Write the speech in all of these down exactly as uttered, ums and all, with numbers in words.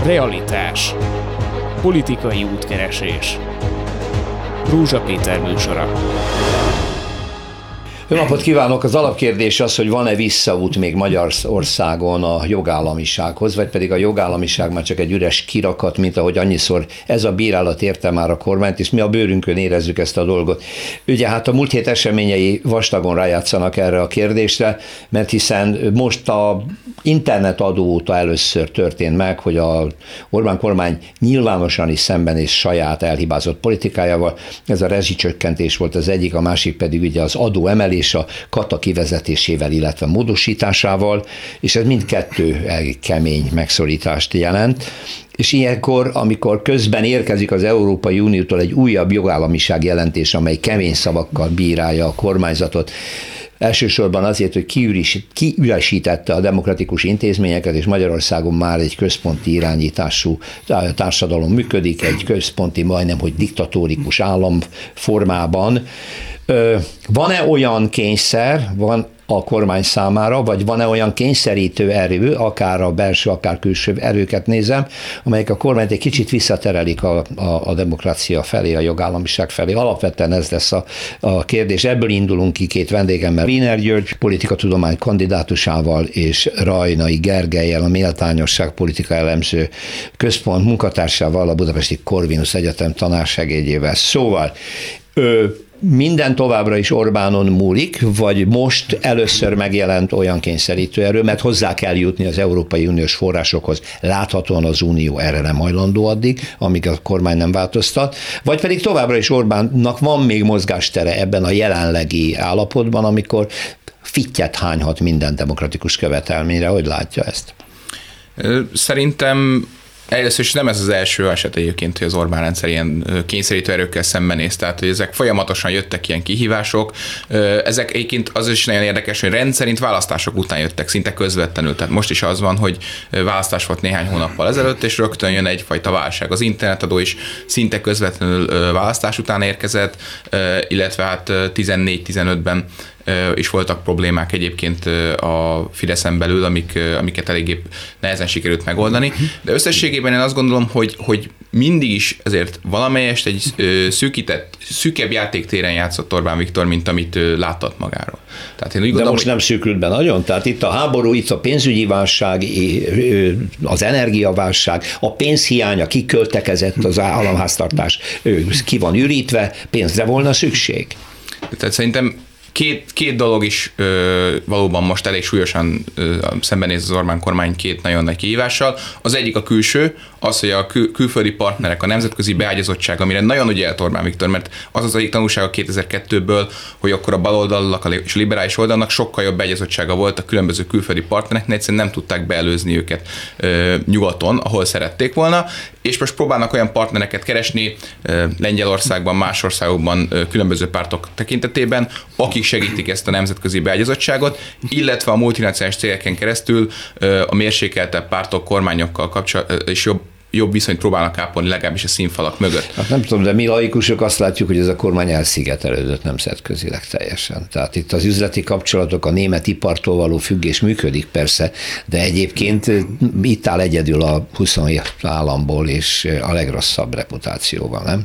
Realitás. Politikai útkeresés. Rózsa Péter műsora. Jó napot kívánok! Az alapkérdés az, hogy van-e visszaút még Magyarországon a jogállamisághoz, vagy pedig a jogállamiság már csak egy üres kirakat, mint ahogy annyiszor ez a bírálat érte már a kormányt, és mi a bőrünkön érezzük ezt a dolgot. Ugye hát a múlt hét eseményei vastagon rájátszanak erre a kérdésre, mert hiszen most a internet adó óta először történt meg, hogy a Orbán kormány nyilvánosan is szembenéz saját elhibázott politikájával. Ez a rezsicsökkentés volt az egyik, a másik pedig ugye az adó emelés a kata kivezetésével, illetve módosításával, és ez mindkettő elég kemény megszorítást jelent. És ilyenkor, amikor közben érkezik az Európai Uniótól egy újabb jogállamiság jelentés, amely kemény szavakkal bírálja a kormányzatot, elsősorban azért, hogy kiüresítette a demokratikus intézményeket, és Magyarországon már egy központi irányítású társadalom működik, egy központi, majdnem, hogy diktatórikus állam formában. Van-e olyan kényszer, van a kormány számára, vagy van-e olyan kényszerítő erő, akár a belső, akár külső erőket nézem, amelyek a kormányt egy kicsit visszaterelik a, a, a demokrácia felé, a jogállamiság felé. Alapvetően ez lesz a, a kérdés. Ebből indulunk ki két vendégemmel. Wiener György politikatudomány kandidátusával és Rajnai Gergellyel, a Méltányosság politika elemző központ munkatársával, a Budapesti Corvinus Egyetem tanársegédjével. Szóval ő minden továbbra is Orbánon múlik, vagy most először megjelent olyan kényszerítő erő, mert hozzá kell jutni az Európai Uniós forrásokhoz. Láthatóan az Unió erre nem hajlandó addig, amíg a kormány nem változtat, vagy pedig továbbra is Orbánnak van még mozgástere ebben a jelenlegi állapotban, amikor fittyet hányhat minden demokratikus követelményre. Hogy látja ezt? Szerintem először is nem ez az első eset egyébként, hogy az Orbán rendszer ilyen kényszerítő erőkkel szembenéz, tehát hogy ezek folyamatosan jöttek ilyen kihívások. Ezek egyébként az is nagyon érdekes, hogy rendszerint választások után jöttek, szinte közvetlenül. Tehát most is az van, hogy választás volt néhány hónappal ezelőtt, és rögtön jön egyfajta válság. Az internetadó is szinte közvetlenül választás után érkezett, illetve hát tizennégy tizenötben is voltak problémák egyébként a Fideszen belül, amik, amiket eléggé nehezen sikerült megoldani. De összességében én azt gondolom, hogy, hogy mindig is ezért valamelyest egy szűkített, szűkebb játéktéren játszott Orbán Viktor, mint amit látott magáról. Tehát én úgy De gondolom, most hogy... nem szűkült be nagyon? Tehát itt a háború, itt a pénzügyi válság, az energiaválság, a pénzhiánya, kiköltekezett az államháztartás, ki van ürítve, pénzre volna szükség. Tehát szerintem Két, két dolog is ö, valóban most elég súlyosan ö, szembenéz az Orbán kormány két nagyon nagy kihívással. Az egyik a külső, az, hogy a kül- külföldi partnerek, a nemzetközi beágyazottság, amire nagyon ügyelt Orbán Viktor, mert az az egyik tanulság a kétezer-kettőből, hogy akkor a baloldalnak és a liberális oldalnak sokkal jobb beágyazottsága volt a különböző külföldi partnereknek, egyszerűen nem tudták beelőzni őket ö, nyugaton, ahol szerették volna, és most próbálnak olyan partnereket keresni ö, Lengyelországban, más országokban, ö, különböző pártok tekintetében, akik segítik ezt a nemzetközi beágyazottságot, illetve a multinacionális cégeken keresztül a mérsékeltebb pártok, kormányokkal kapcsolatban és jobb jobb viszonyt próbálnak ápolni legalábbis a színfalak mögött. Hát nem tudom, de mi laikusok azt látjuk, hogy ez a kormány elszigetelődött nemzetközileg teljesen. Tehát itt az üzleti kapcsolatok, a német ipartól való függés működik persze, de egyébként itt áll egyedül a huszonhét államból és a legrosszabb reputációval, nem?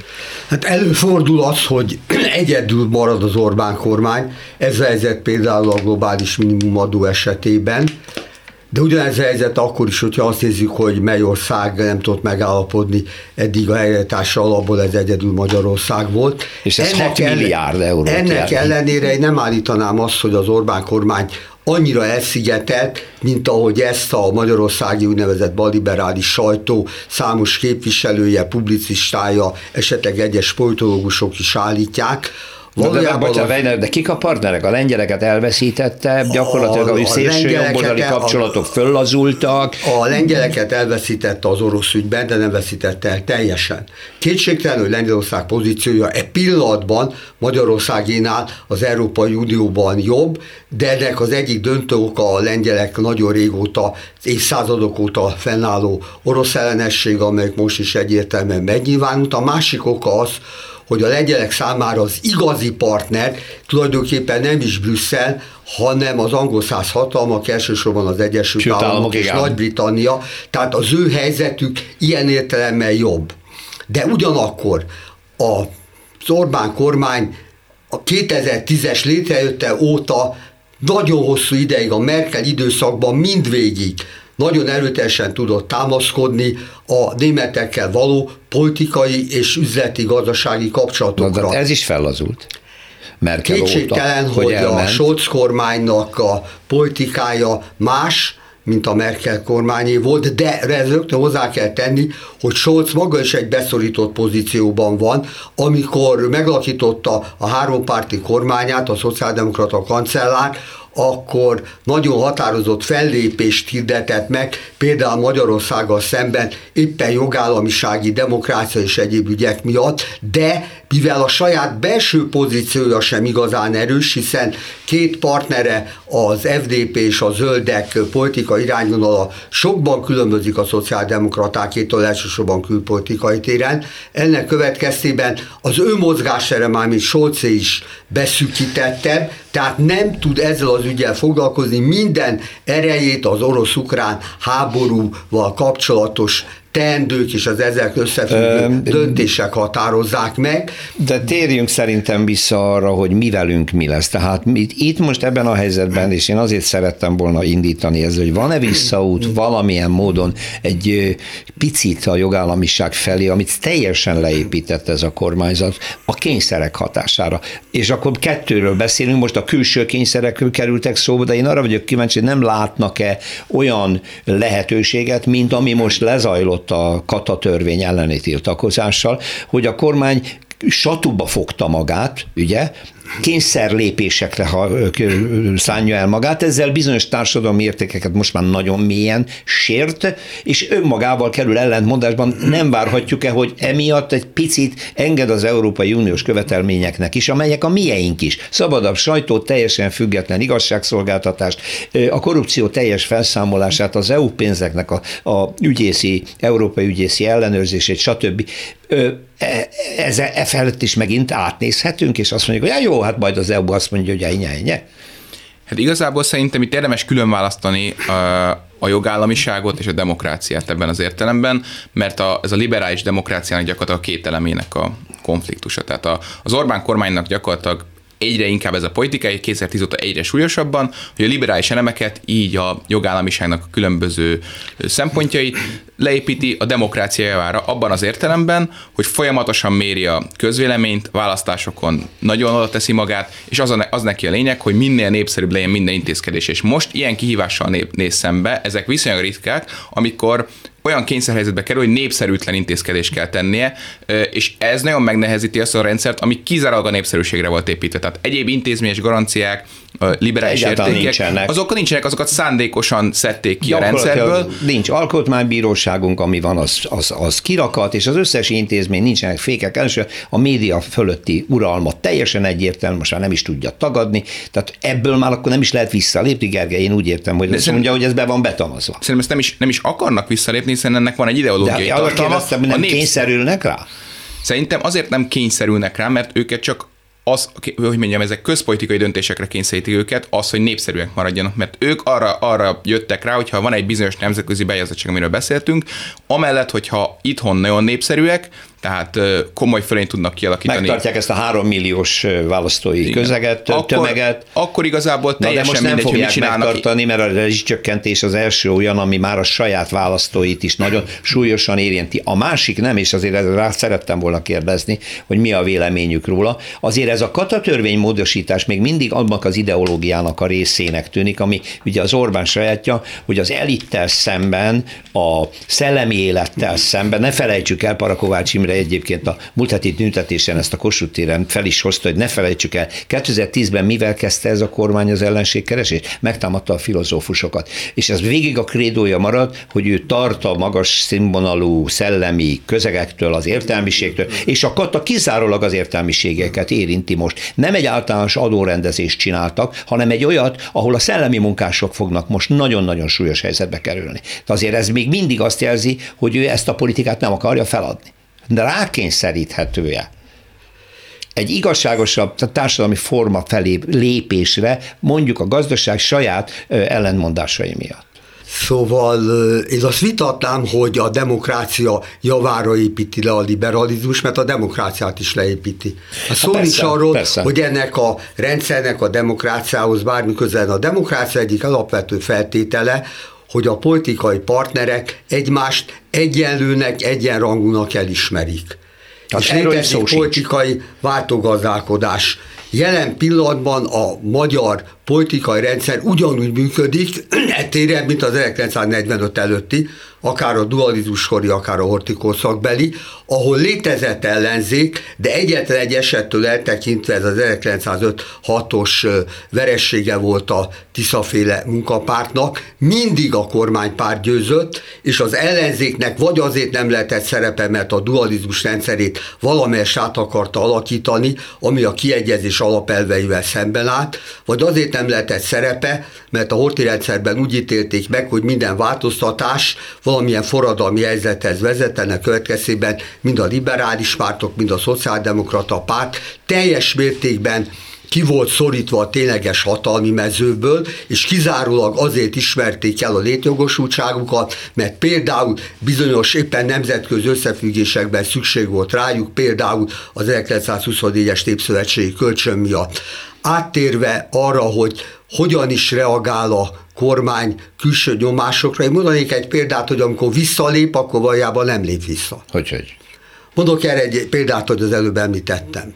Hát előfordul az, hogy egyedül marad az Orbán kormány, ez a helyzet például a globális minimumadó esetében, de ugyanez a helyzet akkor is, hogyha azt nézzük, hogy mely ország nem tudott megállapodni eddig a helyreállítási alapból, ez egyedül Magyarország volt. És ez hat milliárd euró. Ennek ellenére én nem állítanám azt, hogy az Orbán kormány annyira elszigetelt, mint ahogy ezt a magyarországi úgynevezett balliberális sajtó számos képviselője, publicistája, esetleg egyes politológusok is állítják. Valójában de, de, de kik a partnerek? A lengyeleket elveszítette, gyakorlatilag a, a szélsőjobboldali kapcsolatok föllazultak. A lengyeleket elveszítette az orosz ügyben, de nem veszítette el teljesen. Kétségtelen, hogy Lengyelország pozíciója e pillanatban Magyarországénál az Európai Unióban jobb, de ennek az egyik döntő oka a lengyelek nagyon régóta, évszázadok óta fennálló orosz ellenesség, amelyik most is egyértelműen megnyilvánult. A másik oka az, hogy a lengyelek számára az igazi partner tulajdonképpen nem is Brüsszel, hanem az angol száz hatalmak, elsősorban az Egyesült Államok, Államok és Nagy-Britannia, tehát az ő helyzetük ilyen értelemben jobb. De ugyanakkor az Orbán kormány a kétezer-tízes létrejötte óta nagyon hosszú ideig, a Merkel időszakban mindvégig nagyon erőteljesen tudott támaszkodni a németekkel való politikai és üzleti gazdasági kapcsolatokra. Na, de ez is fellazult. Merkel Kétségtelen, óta, hogy, hogy a Scholz kormánynak a politikája más, mint a Merkel kormányé volt, de rögtön hozzá kell tenni, hogy Scholz maga is egy beszorított pozícióban van, amikor meglakította a hárompárti kormányát, a szociáldemokrata kancellár, akkor nagyon határozott fellépést hirdetett meg, például Magyarországgal szemben éppen jogállamisági, demokrácia és egyéb ügyek miatt, de mivel a saját belső pozíciója sem igazán erős, hiszen két partnere, az ef dé pé és a Zöldek politika irányvonala sokban különbözik a szociáldemokratákétól, elsősorban külpolitikai téren. Ennek következtében az ő mozgástere, mármint Scholzé is beszűkítettebb, tehát nem tud ezzel az ügyel foglalkozni, minden erejét az orosz-ukrán háborúval kapcsolatos teendők és az ezek összefüggő döntések határozzák meg. De térjünk szerintem vissza arra, hogy mi velünk mi lesz. Tehát itt most ebben a helyzetben, és én azért szerettem volna indítani ezzel, hogy van-e visszaút valamilyen módon egy picit a jogállamiság felé, amit teljesen leépített ez a kormányzat a kényszerek hatására. És akkor kettőről beszélünk, most a külső kényszerekről kerültek szóba, de én arra vagyok kíváncsi, hogy nem látnak-e olyan lehetőséget, mint ami most lezajlott a Kata törvény elleni tiltakozással, hogy a kormány satuba fogta magát, ugye, kényszerlépésekre szánja el magát, ezzel bizonyos társadalmi értékeket most már nagyon mélyen sért, és önmagával kerül ellentmondásban. Nem várhatjuk-e, hogy emiatt egy picit enged az Európai Uniós követelményeknek is, amelyek a mieink is. Szabadabb sajtó, teljesen független igazságszolgáltatást, a korrupció teljes felszámolását, az é u pénzeknek a, a ügyészi, európai ügyészi ellenőrzését, stb. Ez e felett is megint átnézhetünk, és azt mondjuk, hogy jó, hát majd az é u azt mondja, hogy ennyi, ennyi. Hát igazából szerintem itt érdemes külön választani a, a jogállamiságot és a demokráciát ebben az értelemben, mert a, ez a liberális demokráciának gyakorlatilag két elemének a konfliktusa. Tehát a, az Orbán kormánynak gyakorlatilag egyre inkább ez a politikai, kétezer-tíz óta egyre súlyosabban, hogy a liberális elemeket, így a jogállamiságnak a különböző szempontjait leépíti a demokrácia javára abban az értelemben, hogy folyamatosan méri a közvéleményt, választásokon nagyon oda teszi magát, és az, a, az neki a lényeg, hogy minél népszerűbb legyen minden intézkedés. És most ilyen kihívással néz szembe, ezek viszonylag ritkák, amikor olyan kényszerhelyzetbe kerül, hogy népszerűtlen intézkedést kell tennie, és ez nagyon megnehezíti azt a rendszert, ami kizárólag a népszerűségre volt építve. Tehát egyéb intézményes garanciák, liberális egyáltalán értékek, nincsenek. azok nincsenek, azokat szándékosan szedték ki a rendszerből. Nincs alkotmánybíróságunk, ami van, az, az, az kirakat, és az összes intézmény nincsenek fékek. Első a média fölötti uralmat teljesen egyértelmű, most már nem is tudja tagadni, tehát ebből már akkor nem is lehet visszalépni, Gergely, én úgy értem, hogy azt mondja, hogy ez be van betamazva. Szerintem ezt nem is, nem is akarnak visszalépni, hiszen ennek van egy ideológiai de tartalma. De nem népsz... kényszerülnek rá? Szerintem azért nem kényszerülnek rá, mert őket csak az, hogy mondjam, ezek közpolitikai döntésekre kényszerítik őket, az, hogy népszerűek maradjanak, mert ők arra, arra jöttek rá, hogyha van egy bizonyos nemzetközi bejelzettség, amiről beszéltünk, amellett, hogyha itthon nagyon népszerűek, tehát komoly fölényt tudnak kialakítani. Megtartják ezt a három milliós választói igen. közeget, akkor, tömeget. Akkor igazából teljesen Na, de most mindegy, nem fogják hogy mit megtartani, mert a rezsicsökkentés az első olyan, ami már a saját választóit is nagyon súlyosan érinti. A másik nem, és azért rá szerettem volna kérdezni, hogy mi a véleményük róla. Azért ez a Kata törvény módosítás még mindig annak az ideológiának a részének tűnik, ami ugye az Orbán sajátja, hogy az elittel szemben, a szellemi élettel szemben, ne felejtsük el, Parakovács Imre egyébként a múlt heti tüntetésen ezt a Kossuth téren fel is hozta, hogy ne felejtsük el, kétezer-tízben mivel kezdte ez a kormány az ellenségkeresést? Megtámadta a filozófusokat. És ez végig a krédója marad, hogy ő tart a magas színvonalú szellemi közegektől, az értelmiségtől, és a Kata kizárólag az értelmiségeket érinti most. Nem egy általános adórendezést csináltak, hanem egy olyat, ahol a szellemi munkások fognak most nagyon-nagyon súlyos helyzetbe kerülni. De azért ez még mindig azt jelzi, hogy ő ezt a politikát nem akarja feladni. De rákényszeríthető-e? egy igazságosabb társadalmi forma felé lépésre, mondjuk a gazdaság saját ellentmondásai miatt. Szóval én azt vitatnám, hogy a demokrácia javára építi le a liberalizmus, mert a demokráciát is leépíti. A szó persze, nincs arról, persze. hogy ennek a rendszernek a demokráciához bármi közel. A demokrácia egyik alapvető feltétele, hogy a politikai partnerek egymást egyenlőnek, egyenrangúnak elismerik. A és létezik politikai váltogazdálkodás. Jelen pillanatban a magyar politikai rendszer ugyanúgy működik, ettéren, mint az ezerkilencszáznegyvenöt előtti, akár a dualizmuskori, akár a horthy-korszakbeli, ahol létezett ellenzék, de egyetlen egy esettől eltekintve ez az ezerkilencszázöt-hatos veressége volt a Tisza-féle munkapártnak, mindig a kormánypárt győzött, és az ellenzéknek vagy azért nem lehetett szerepe, mert a dualizmus rendszerét valamelyest át akarta alakítani, ami a kiegyezés alapelveivel szemben állt, vagy azért nem lehetett szerepe, mert a Horthy rendszerben úgy ítélték meg, hogy minden változtatás valamilyen forradalmi helyzethez vezet, ennek következtében mind a liberális pártok, mind a szociáldemokrata párt teljes mértékben ki volt szorítva a tényleges hatalmi mezőből, és kizárólag azért ismerték el a létjogosultságukat, mert például bizonyos éppen nemzetközi összefüggésekben szükség volt rájuk, például az ezerkilencszázhuszonnégyes népszövetségi kölcsön miatt. Áttérve arra, hogy hogyan is reagál a kormány külső nyomásokra, én mondanék egy példát, hogy amikor visszalép, akkor valójában nem lép vissza. Hogyhogy? Mondok erre egy példát, hogy az előbb említettem.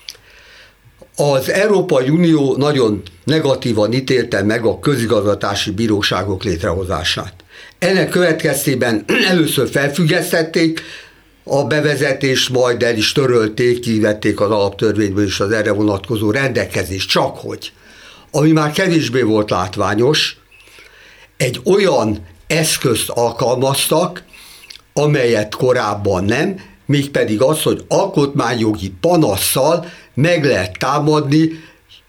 Az Európai Unió nagyon negatívan ítélte meg a közigazgatási bíróságok létrehozását. Ennek következtében először felfüggesztették a bevezetést, majd el is törölték, kivették az alaptörvényből is az erre vonatkozó rendelkezést. Csak hogy, ami már kevésbé volt látványos, egy olyan eszközt alkalmaztak, amelyet korábban nem, mégpedig az, hogy alkotmányjogi panasszal meg lehet támadni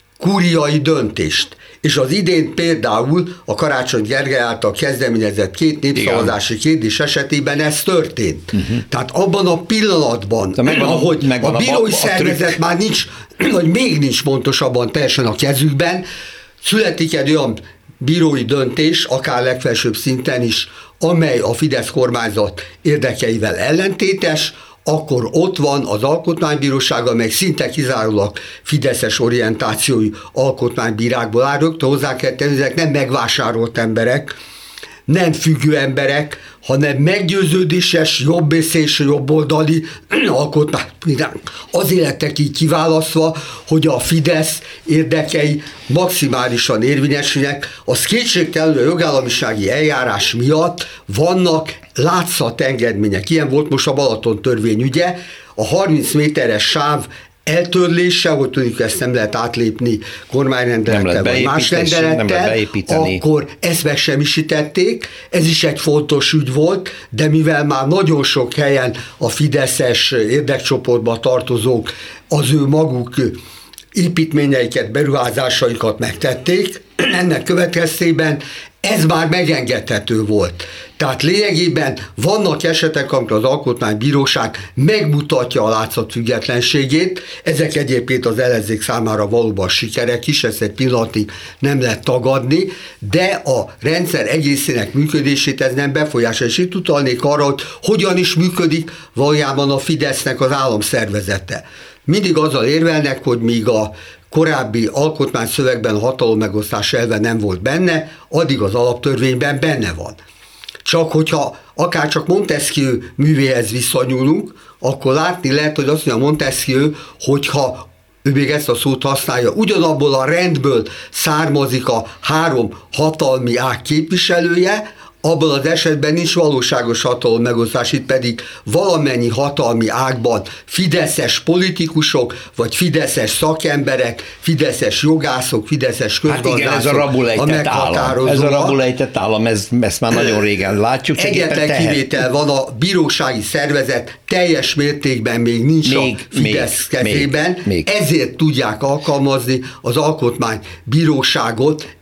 kúriai döntést. És az idén például a Karácsony Gergely által kezdeményezett két népszavazási kérdés esetében ez történt. Uh-huh. Tehát abban a pillanatban, megvan, ahogy megvan a bírói a, a szervezet trükk. Már nincs, vagy még nincs pontosabban teljesen a kezükben, születik egy olyan bírói döntés, akár legfelsőbb szinten is, amely a Fidesz kormányzat érdekeivel ellentétes, akkor ott van az alkotmánybíróság, amely szinte kizárólag fideszes orientációi alkotmánybírákból áll. Rögtön hozzá kell tenni, ezek nem megvásárolt emberek, nem függő emberek, hanem meggyőződéses, jobbészés, jobboldali alkotmánybírák. Azért lettek így kiválasztva, hogy a Fidesz érdekei maximálisan érvényesülnek. Az kétségtelenül a jogállamisági eljárás miatt vannak látszatengedmények. Ilyen volt most a Balaton törvény ügye, a harminc méteres sáv eltörlése, hogy tudjuk, ezt nem lehet átlépni kormányrendelettel vagy más rendelettel, akkor ezt megsemmisítették. Ez is egy fontos ügy volt, de mivel már nagyon sok helyen a fideszes érdekcsoportba tartozók az ő maguk építményeiket, beruházásaikat megtették, ennek következtében ez már megengedhető volt. Tehát lényegében vannak esetek, amikor az Alkotmánybíróság megmutatja a látszatfüggetlenségét, ezek egyébként az ellenzék számára valóban sikerek is, ezt egy pillanatig nem lehet tagadni, de a rendszer egészének működését ez nem befolyásolja. És itt utalnék arra, hogy hogyan is működik valójában a Fidesznek az államszervezete. Mindig azzal érvelnek, hogy míg a korábbi alkotmányszövegben a hatalommegosztás elve nem volt benne, addig az alaptörvényben benne van. Csak hogyha akár csak Montesquieu művéhez visszanyúlunk, akkor látni lehet, hogy azt mondja Montesquieu, hogyha ő még ezt a szót használja, ugyanabból a rendből származik a három hatalmi ág képviselője, abban az esetben nincs valóságos hatalom megosztás, itt pedig valamennyi hatalmi ágban fideszes politikusok, vagy fideszes szakemberek, fideszes jogászok, fideszes közgazdászok, hát igen, ez a rabulejtett állam. Ez a rabulejtett állam, ez, ezt már nagyon régen látjuk. Egyetlen kivétel van, a bírósági szervezet teljes mértékben még nincs még, a Fidesz még, kezében, még, még. Ezért tudják alkalmazni az alkotmánybíróságot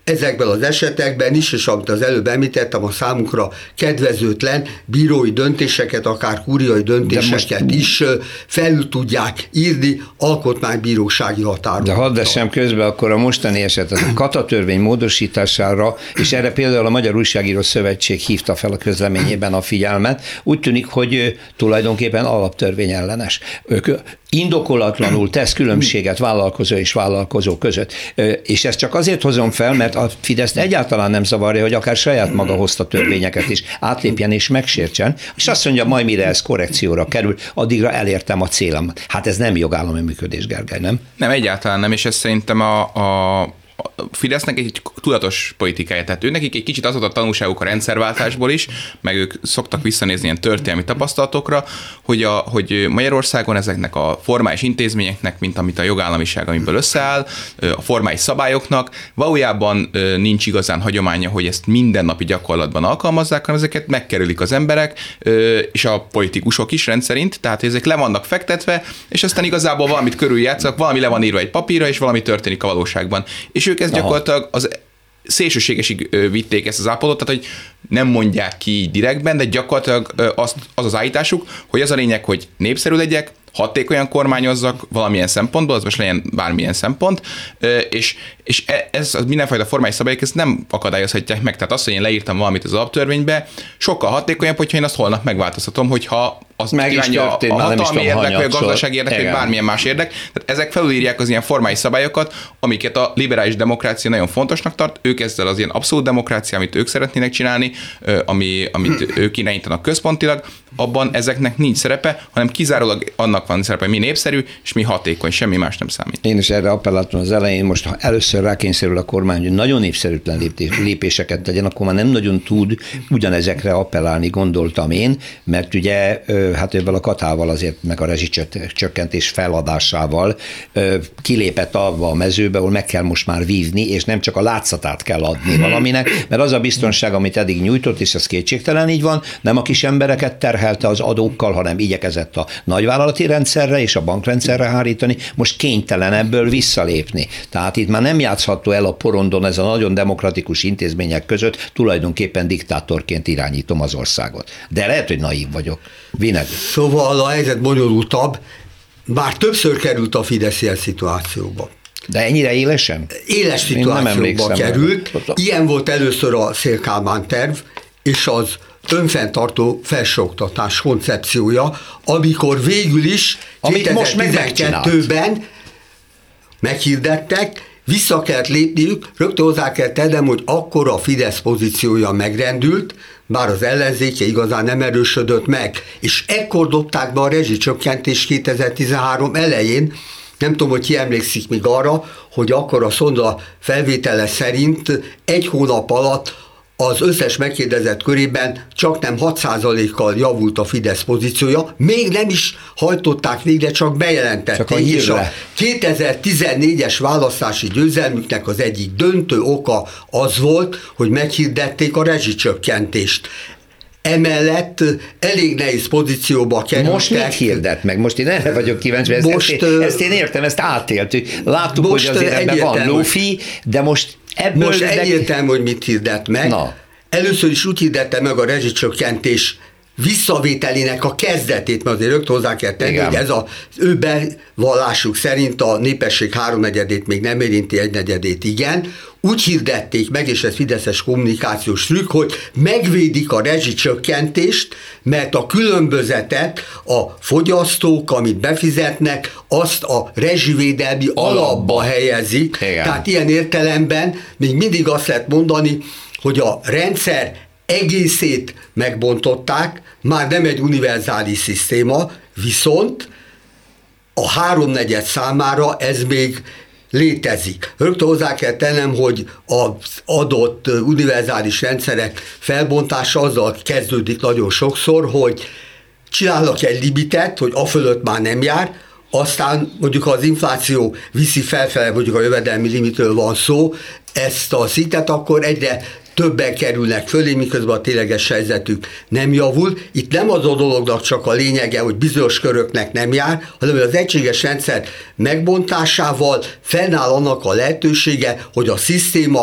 ezekben az esetekben is, és amit az előbb említettem, a számukra kedvezőtlen bírói döntéseket, akár kúriai döntéseket most is felül tudják írni alkotmánybírósági határozattal. De hadd essem közben akkor a mostani eset, a katatörvény módosítására, és erre például a Magyar Újságíró Szövetség hívta fel a közleményében a figyelmet, úgy tűnik, hogy tulajdonképpen alaptörvény ellenes. Ők indokolatlanul tesz különbséget vállalkozó és vállalkozó között. És ezt csak azért hozom fel, mert a Fideszt egyáltalán nem zavarja, hogy akár saját maga hozta törvényeket is átlépjen és megsértsen, és azt mondja, majd mire ez korrekcióra kerül, addigra elértem a célomat. Hát ez nem jogállami működés, Gergely, nem? Nem, egyáltalán nem, és ez szerintem a, a Fidesznek egy tudatos politikája, tehát ő nekik egy kicsit az volt a tanulságuk a rendszerváltásból is, meg ők szoktak visszanézni ilyen történelmi tapasztalatokra, hogy, a, hogy Magyarországon ezeknek a formális intézményeknek, mint amit a jogállamiság, amiből összeáll, a formális szabályoknak valójában nincs igazán hagyománya, hogy ezt mindennapi gyakorlatban alkalmazzák, hanem ezeket megkerülik az emberek, és a politikusok is rendszerint, tehát ezek le vannak fektetve, és aztán igazából valamit körüljátszanak, valami le van írva egy papírra, és valami történik a valóságban. És ők ezt gyakorlatilag az szélsőségesig vitték ezt az állapotot, tehát hogy nem mondják ki így direktben, de gyakorlatilag az, az az állításuk, hogy az a lényeg, hogy népszerű legyek, hatékonyan kormányozzak valamilyen szempontból, az most legyen bármilyen szempont, és, és ez az mindenfajta formális szabályok ezt nem akadályozhatják meg. Tehát azt, hogy én leírtam valamit az alaptörvénybe, sokkal hatékonyabb, hogyha én azt holnap megváltoztatom, hogyha azt meg kívánja történt, a hatalmi érdek, vagy a gazdasági érdek, vagy bármilyen más érdek. Tehát ezek felülírják az ilyen formális szabályokat, amiket a liberális demokrácia nagyon fontosnak tart. Ők ezzel az ilyen abszolút demokrácia, amit ők szeretnének csinálni, ami, amit ők irányítanak központilag, abban ezeknek nincs szerepe, hanem kizárólag annak van szerepe, mi népszerű, és mi hatékony, semmi más nem számít. Én is erre appelláltam az elején, most ha először rákényszerül a kormány, hogy nagyon népszerűtlen lépéseket tegyen, akkor már nem nagyon tud ugyanezekre appellálni, gondoltam én, mert ugye hát ebből a katával azért, meg a rezsicsökkentés feladásával kilépett abba a mezőbe, ahol meg kell most már vívni, és nem csak a látszatát kell adni valaminek, mert az a biztonság, amit eddig nyújtott, és ez kétségtelen így van, nem a kis embereket terhelte az adókkal, hanem igyekezett a nagyvállalati rendszerre és a bankrendszerre hárítani, most kénytelen ebből visszalépni. Tehát itt már nem játszható el a porondon ez a nagyon demokratikus intézmények között, tulajdonképpen diktátorként irányítom az országot. De lehet, hogy naív vagyok. Vineg. Szóval a helyzet bonyolultabb, bár többször került a Fidesz ilyen szituációba. De ennyire élesen? Éles szituációba került. Rá. Ilyen volt először a Széll-Kálmán terv, és az önfenntartó felsőoktatás koncepciója, amikor végül is kétezer-tizenkettőben meghirdettek, vissza kellett lépniük, rögtön hozzá kell tennem, hogy akkor a Fidesz pozíciója megrendült, bár az ellenzéke igazán nem erősödött meg, és ekkor dobták be a rezsicsökkentést kétezer-tizenhárom elején. Nem tudom, hogy ki emlékszik még arra, hogy akkor a szonda felvétele szerint egy hónap alatt az összes megkérdezett körében csak nem hat százalékkal javult a Fidesz pozíciója, még nem is hajtották végre, csak bejelentették. Csak a és a kétezer-tizennégyes választási győzelmüknek az egyik döntő oka az volt, hogy meghirdették a rezsicsökkentést. Emellett elég nehéz pozícióba kerültek. Most mit hirdet meg? Most én erre vagyok kíváncsi, ezt, most, ezt, én, ezt én értem, ezt átéltük. Láttuk, hogy azért ebben van lófi, de most ebből... Most egyértelmű, hogy mit hirdet meg. Na. Először is úgy hirdette meg a rezsicsökkentés visszavételének a kezdetét, mert azért rögtön hozzá kell tenni, igen, hogy ez az ő bevallásuk szerint a népesség háromnegyedét még nem érinti, egynegyedét igen. Úgy hirdették meg, és ez fideszes kommunikációs trükk, hogy megvédik a rezsicsökkentést, mert a különbözetet a fogyasztók, amit befizetnek, azt a rezsivédelmi alapba, alapba helyezik. Igen. Tehát ilyen értelemben még mindig azt lehet mondani, hogy a rendszer egészét megbontották, már nem egy univerzális szisztéma, viszont a háromnegyed számára ez még létezik. Rögtön hozzá kell tennem, hogy az adott univerzális rendszerek felbontása azzal kezdődik nagyon sokszor, hogy csinálnak egy limitet, hogy afölött már nem jár, aztán mondjuk ha az infláció viszi felfele, mondjuk a jövedelmi limitről van szó, ezt a szintet, akkor egyre többen kerülnek fölé, miközben a tényleges helyzetük nem javul. Itt nem az a dolognak csak a lényege, hogy bizonyos köröknek nem jár, hanem az egységes rendszer megbontásával fennáll annak a lehetősége, hogy a szisztéma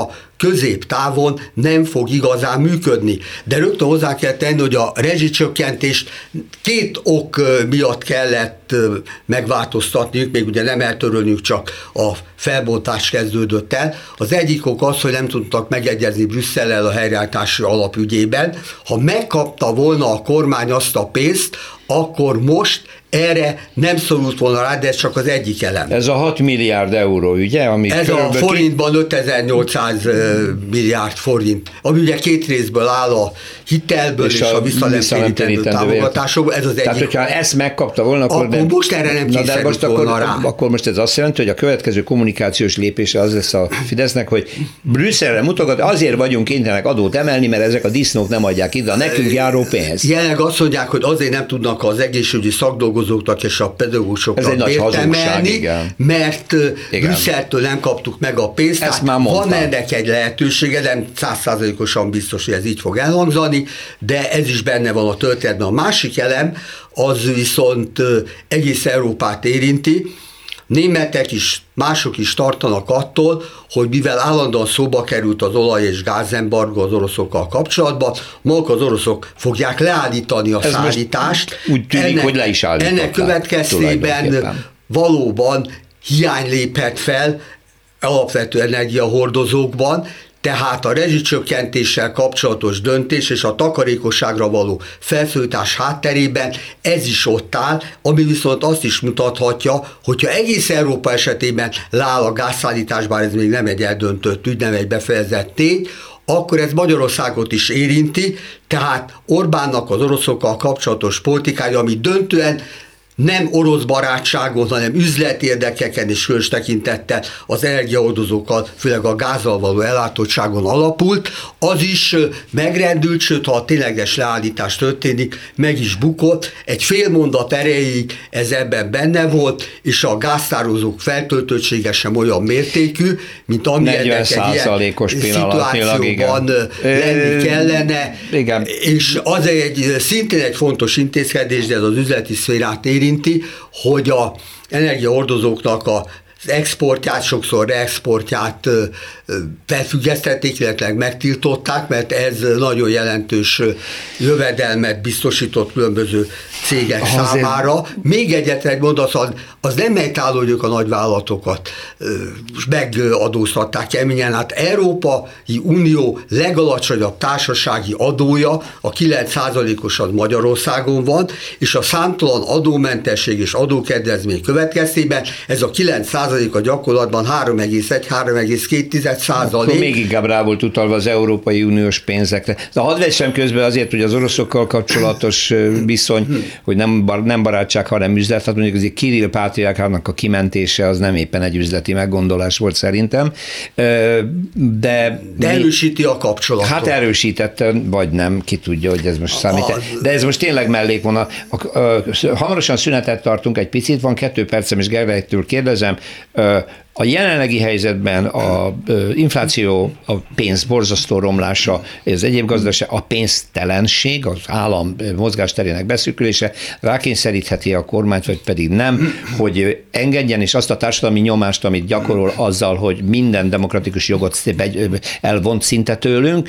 középtávon nem fog igazán működni. De rögtön hozzá kell tenni, hogy a rezsicsökkentést két ok miatt kellett megváltoztatniuk, még ugye nem eltörölniük, csak a felbontás kezdődött el. Az egyik ok az, hogy nem tudtak megegyezni Brüsszellel a helyreállítási alapügyében. Ha megkapta volna a kormány azt a pénzt, akkor most erre nem szorult volna rá, de ez csak az egyik elem. Ez a hat milliárd euró, ugye? Ami ez a forintban ötezer-nyolcszáz milliárd forint, ami ugye két részből áll, a hitelből és, és a, a visszanemtérítendő támogatásokból. Ez az egyik. Tehát, hogyha ezt megkapta volna, akkor, akkor de, most erre nem kényszerült volna rá. Akkor most ez azt jelenti, hogy a következő kommunikációs lépése az lesz a Fidesznek, hogy Brüsszelre mutogat, azért vagyunk kénytelenek adót emelni, mert ezek a disznók nem adják ide a nekünk járó pénzt. Jelenleg azt mondják, hogy azért nem tudnak az egészségügyi szakdolgozóknak és a pedagógusoknak bért emelni, mert igen. Brüsszeltől nem kaptuk meg a pénzt. Ezt már mondtam. Van ennek egy lehetősége, nem száz százalékosan biztos, hogy ez így fog elhangzani, de ez is benne van a történetben. A másik elem, az viszont egész Európát érinti. Németek is, mások is tartanak attól, hogy mivel állandóan szóba került az olaj- és gázembargo az oroszokkal kapcsolatban, maguk az oroszok fogják leállítani a ez szállítást. Úgy tűnik, ennek, hogy le is állították. Ennek következtében valóban hiány léphet fel alapvető energiahordozókban, tehát a rezsicsökkentéssel kapcsolatos döntés és a takarékosságra való felszólítás hátterében ez is ott áll, ami viszont azt is mutathatja, hogyha egész Európa esetében leáll a gázszállítás, bár ez még nem egy eldöntött ügy, nem egy befejezett tény, akkor ez Magyarországot is érinti, tehát Orbánnak az oroszokkal kapcsolatos politikája, ami döntően nem orosz barátságon, hanem üzleti érdekeken és különös tekintettel az energiahordozókkal, főleg a gázzal való ellátottságon alapult, az is megrendült, sőt, ha a tényleges leállítás történik, meg is bukott. Egy fél mondat erejéig ez ebben benne volt, és a gáztározók feltöltöttsége sem olyan mértékű, mint amilyennek egy ilyen szituációban lenni kellene. Igen. És az egy szintén egy fontos intézkedés, de ez az üzleti szférát érinti, hogy a energiahordozóknak a az exportját, sokszor reexportját felfüggesztették, illetve megtiltották, mert ez nagyon jelentős jövedelmet biztosított különböző cégek Azért... számára. Még egyetlen egy mondat, az nem helytálló, hogy ők a nagyvállalatokat megadóztatták keményen. Hát Európai Unió legalacsonyabb társasági adója, a kilenc százalékos az Magyarországon van, és a számtalan adómentesség és adókedvezmény következtében ez a kilenc százalék a gyakorlatban három egész egy három egész két százalék. Akkor még inkább rá volt utalva az Európai Uniós pénzekre. De hadd vessem közben azért, hogy az oroszokkal kapcsolatos viszony, hogy nem, bar, nem barátság, hanem üzlet, hát mondjuk azért Kirill pátriárkának a kimentése az nem éppen egy üzleti meggondolás volt szerintem. De, de erősíti a kapcsolatot. Hát erősítette, vagy nem, ki tudja, hogy ez most számít. De ez most tényleg mellékvonal. Hamarosan szünetet tartunk egy picit, van kettő percem, és Gergelytől kérdezem, a jelenlegi helyzetben a infláció, a pénz borzasztó romlása, az egyéb gazdaság, a pénztelenség, az állam mozgásterének beszűkülése rákényszerítheti a kormányt, vagy pedig nem, hogy engedjen, és azt a társadalmi nyomást, amit gyakorol azzal, hogy minden demokratikus jogot elvont szinte tőlünk,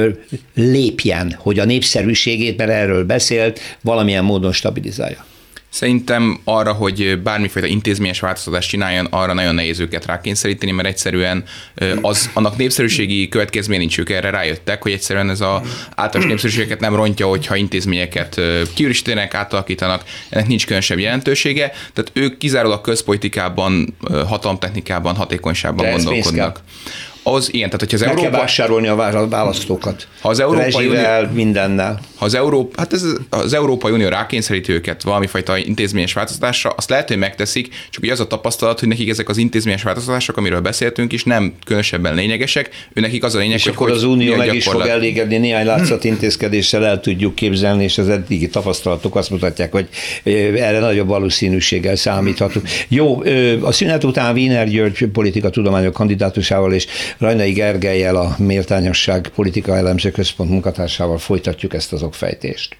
lépjen, hogy a népszerűségét, mert erről beszélt, valamilyen módon stabilizálja. Szerintem arra, hogy bármifajta intézményes változtatást csináljon, arra nagyon nehéz őket rákényszeríteni, mert egyszerűen az, annak népszerűségi következmény nincs, ők erre rájöttek, hogy egyszerűen ez az általános népszerűségeket nem rontja, hogyha intézményeket kiürisítenek, átalakítanak, ennek nincs különösebb jelentősége, tehát ők kizárólag közpolitikában, hatalomtechnikában, hatékonyságban gondolkodnak. Az ilyen, tehát hogyha az Meg Európa... kell vásárolni a választókat. Ha az Európai Unió... mindennel. Ha az, Európa, hát ez, az Európai Unió rákényszeríti őket valamifajta intézményes változtatásra, azt lehet, hogy megteszik, csak ugye az a tapasztalat, hogy nekik ezek az intézményes változtatások, amiről beszéltünk is, nem különösebben lényegesek, ő nekik az a lényeg, és hogy akkor az Unió meg is fog elégedni, néhány látszat intézkedéssel el tudjuk képzelni, és az eddigi tapasztalatok azt mutatják, hogy erre nagyobb valószínűséggel számíthatunk. Jó, a szünet után Wiener György politikatudományok kandidátusával és Rajnai Gergellyel, a Méltányosság Politika Elemző Központ munkatársával folytatjuk ezt az okfejtést.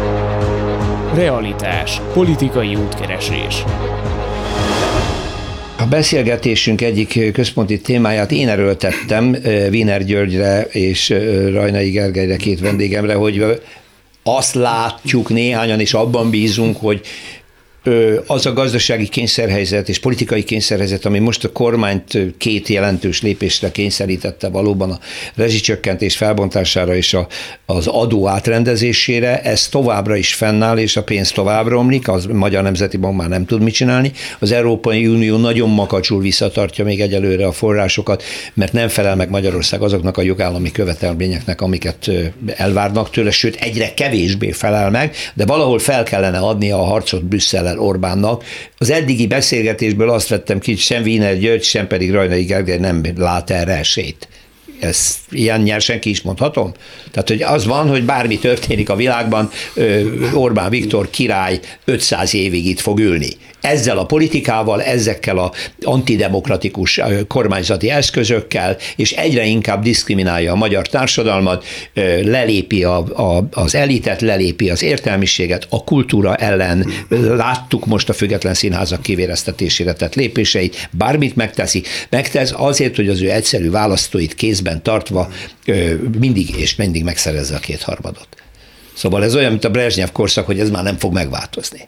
Realitás. Politikai útkeresés. A beszélgetésünk egyik központi témáját én erőltettem Wiener Györgyre és Rajnai Gergelyre, két vendégemre, hogy azt látjuk néhányan, és abban bízunk, hogy az a gazdasági kényszerhelyzet és politikai kényszerhelyzet, ami most a kormányt két jelentős lépésre kényszerítette valóban a rezsicsökkentés felbontására és a, az adó átrendezésére, ez továbbra is fennáll, és a pénz tovább romlik, az Magyar Nemzeti Bank már nem tud mit csinálni. Az Európai Unió nagyon makacsul visszatartja még egyelőre a forrásokat, mert nem felel meg Magyarország azoknak a jogállami követelményeknek, amiket elvárnak tőle, sőt egyre kevésbé felel meg, de valahol fel kellene adnia a harcot Brüsszellel Orbánnak. Az eddigi beszélgetésből azt vettem ki, hogy sem Wiener György, sem pedig Rajnai Gergely nem lát erre esélyt. Ezt ilyen nyersen ki is mondhatom? Tehát, hogy az van, hogy bármi történik a világban, Orbán Viktor király ötszáz évig itt fog ülni. Ezzel a politikával, ezekkel a antidemokratikus kormányzati eszközökkel, és egyre inkább diszkriminálja a magyar társadalmat, lelépi a, a, az elitet, lelépi az értelmiséget, a kultúra ellen. Láttuk most a független színházak kivéreztetésére tett lépéseit, bármit megteszi. Megtesz azért, hogy az ő egyszerű választóit kézben tartva mindig és mindig megszerezze a kétharmadot. Szóval ez olyan, mint a Brezsnyev korszak, hogy ez már nem fog megváltozni.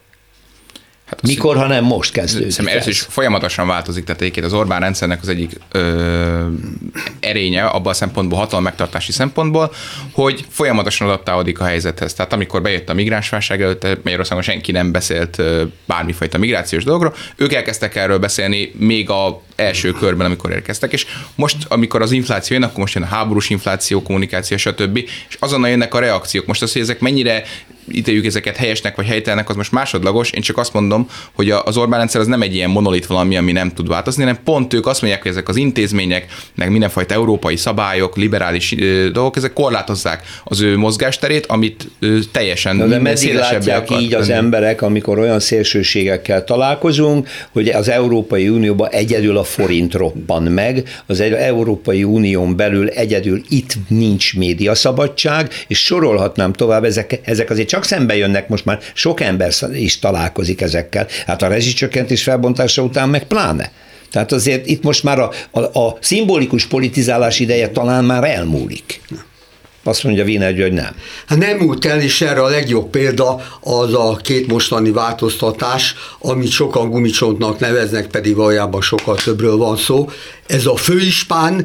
Hát mikor, ha nem most kezdődik? Ez is folyamatosan változik, tehát egyébként az Orbán rendszernek az egyik ö, erénye abban a szempontból, hatalom megtartási szempontból, hogy folyamatosan adaptálódik a helyzethez. Tehát amikor bejött a migránsválság előtte, Magyarországon senki nem beszélt ö, bármifajta migrációs dologról, ők elkezdtek erről beszélni még a első körben, amikor érkeztek, és most, amikor az infláció jön, akkor most jön a háborús infláció, kommunikáció, stb. És azonnal jönnek a reakciók. Most az, hogy ezek mennyire ítéljük ezeket helyesnek vagy helytelenek, az most másodlagos. Én csak azt mondom, hogy az Orbán rendszer az nem egy ilyen monolit valami, ami nem tud változni, hanem pont ők azt mondják, hogy ezek az intézmények, meg mindenfajta európai szabályok, liberális dolgok, ezek korlátozzák az ő mozgásterét, amit teljesen de meddig látják így az emberek, amikor olyan szélsőségekkel találkozunk, hogy az Európai Unióban egyedül a forint roppan meg, az Európai Unión belül egyedül itt nincs médiaszabadság, és sorolhatnám tovább, ezek, ezek azért csak szembe jönnek, most már sok ember is találkozik ezekkel. Hát a rezsicsökkentés felbontása után meg pláne. Tehát azért itt most már a, a, a szimbolikus politizálás ideje talán már elmúlik. Azt mondja Wiener György, nem. Hát nem múlt el, és erre a legjobb példa az a két mostani változtatás, amit sokan gumicsontnak neveznek, pedig valójában sokkal többről van szó. Ez a főispán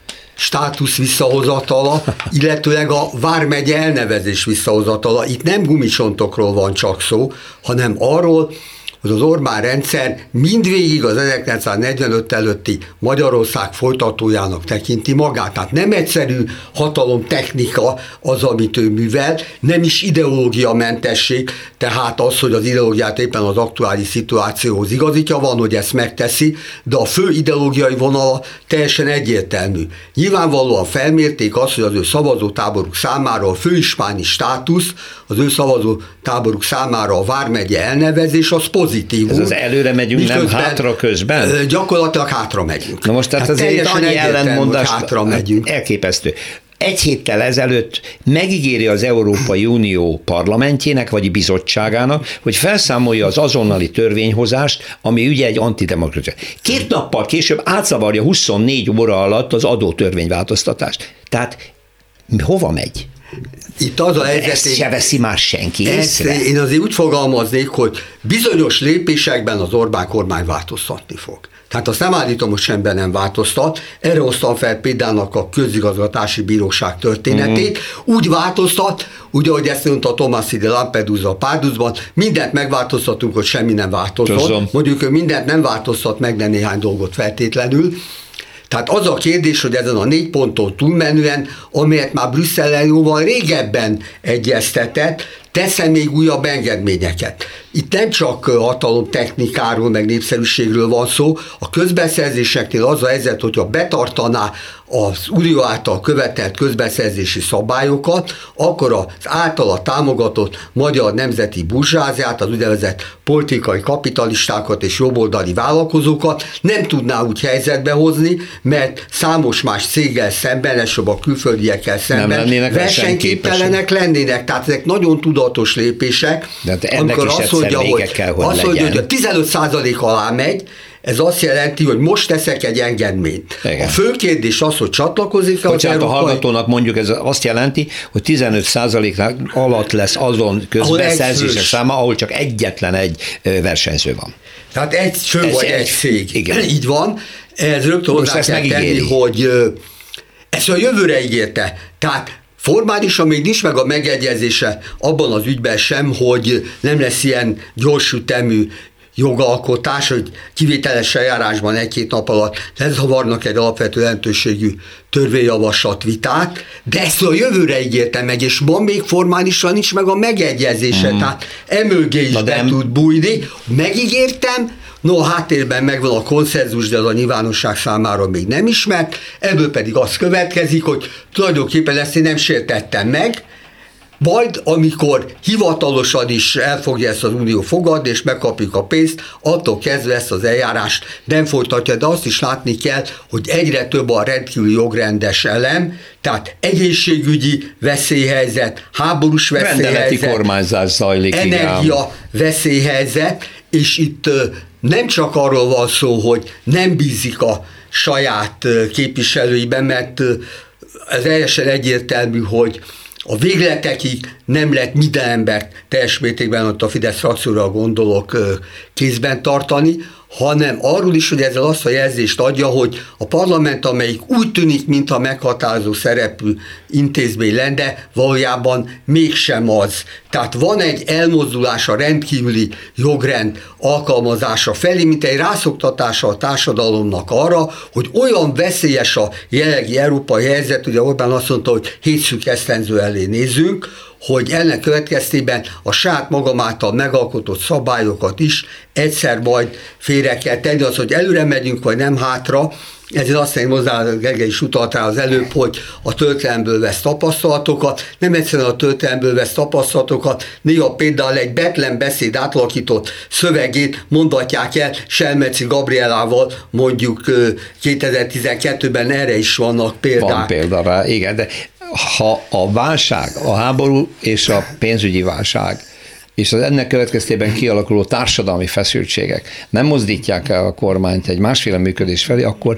státusz visszahozatala, illetőleg a vármegye elnevezés visszahozatala. Itt nem gumicsontokról van csak szó, hanem arról, hogy az Orbán rendszer mindvégig az ezerkilencszáznegyvenöt előtti Magyarország folytatójának tekinti magát. Tehát nem egyszerű hatalomtechnika az, amit ő művel, nem is ideológiamentesség, tehát az, hogy az ideológiát éppen az aktuális szituációhoz igazítja, van, hogy ezt megteszi, de a fő ideológiai vonala teljesen egyértelmű. Nyilvánvalóan felmérték azt, hogy az ő szavazótáboruk számára a főispáni státusz, az ő szavazótáboruk számára a vármegye elnevezés, az pozitív. Ez az előre megyünk, nem hátra közben? Gyakorlatilag hátra megyünk. Na most tehát hát azért annyi ellentmondás hátra megyünk. Elképesztő. Egy héttel ezelőtt megígéri az Európai Unió parlamentjének, vagy bizottságának, hogy felszámolja az azonnali törvényhozást, ami ugye egy antidemokratia. Két nappal később átszavarja huszonnégy óra alatt az adótörvényváltoztatást. Tehát hova megy? Itt az a helyzet, ezt se veszi már senki észre. Én azért úgy fogalmaznék, hogy bizonyos lépésekben az Orbán kormány változtatni fog. Tehát azt nem állítom, hogy semben nem változtat. Erre hoztam fel példának a közigazgatási bíróság történetét. Mm. Úgy változtat, úgy, ahogy ezt mondta Tomasi de Lampedusa Párducban, mindent megváltoztatunk, hogy semmi nem változott. Köszön. Mondjuk ő mindent nem változtat meg, de néhány dolgot feltétlenül. Tehát az a kérdés, hogy ezen a négy ponton túlmenően, amelyet már Brüsszellel jóval régebben egyeztetett, tesz-e még újabb engedményeket. Itt nem csak hatalomtechnikáról, meg népszerűségről van szó, a közbeszerzéseknél az a helyzet, hogyha betartaná az Unió által követelt közbeszerzési szabályokat, akkor az általa támogatott magyar nemzeti burzsáziát, az úgynevezett politikai kapitalistákat és jobboldali vállalkozókat nem tudná úgy helyzetbe hozni, mert számos más céggel szemben, elsőbb a külföldiekkel szemben versenyképtelenek lennének. Tehát ezek nagyon tudatos lépések. De ennek is azt mondja, hogy, kell, hogy azt mondja, hogy a tizenöt százalék alá megy, ez azt jelenti, hogy most teszek egy engedményt. Igen. A fő kérdés az, hogy csatlakozik-e az európai... a hallgatónak mondjuk ez azt jelenti, hogy tizenöt százalék alatt lesz azon közbeszerzése száma, ahol csak egyetlen egy versenyző van. Tehát egy fő ez vagy egy, egy cég. Igen. Így van. Ez rögtön hozzá kell tenni, hogy ezt a jövőre ígérte. Tehát formálisan még nincs meg a megegyezése abban az ügyben sem, hogy nem lesz ilyen gyorsütemű jogalkotás, hogy kivételes eljárásban egy-két nap alatt lezavarnak egy alapvető jelentőségű törvényjavaslat vitát, de ezt a jövőre ígérte meg, és ma még formálisan nincs meg a megegyezése, mm. tehát emögé is be tud bújni. Megígértem, no, a háttérben megvan a konszenzus, de az a nyilvánosság számára még nem ismert, ebből pedig az következik, hogy tulajdonképpen ezt én nem sértettem meg, majd, amikor hivatalosan is el fogja ezt az unió fogadni, és megkapjuk a pénzt, attól kezdve ezt az eljárást nem folytatja, de azt is látni kell, hogy egyre több a rendkívüli jogrendes elem, tehát egészségügyi veszélyhelyzet, háborús veszélyhelyzet, rendeleti kormányzás zajlik, energia veszélyhelyzet, és itt nem csak arról van szó, hogy nem bízik a saját képviselőiben, mert ez teljesen egyértelmű, hogy a végletekig nem lehet minden embert teljes mértékben, ott a Fidesz frakcióra gondolok, kézben tartani, hanem arról is, hogy ezzel azt a jelzést adja, hogy a parlament, amelyik úgy tűnik, mintha meghatározó szerepű intézmény lenne, valójában mégsem az. Tehát van egy elmozdulás a rendkívüli jogrend alkalmazása felé, mint egy rászoktatása a társadalomnak arra, hogy olyan veszélyes a jelenlegi európai helyzet, ugye Orbán azt mondta, hogy hétszűk esztendő elé nézünk, hogy ennek következtében a saját magam által megalkotott szabályokat is egyszer majd félre kell tenni, az, hogy előre megyünk, vagy nem hátra, ezért azt mondom, hozzá Gergely is utalt rá az előbb, hogy a történelemből vesz tapasztalatokat, nem egyszerűen a történelemből vesz tapasztalatokat, néha például egy Betlen beszéd átalakított szövegét mondatják el Selmeci Gabrielával, mondjuk kétezer-tizenkettőben erre is vannak példák. Van példa rá, igen, de ha a válság, a háború és a pénzügyi válság és az ennek következtében kialakuló társadalmi feszültségek nem mozdítják el a kormányt egy másféle működés felé, akkor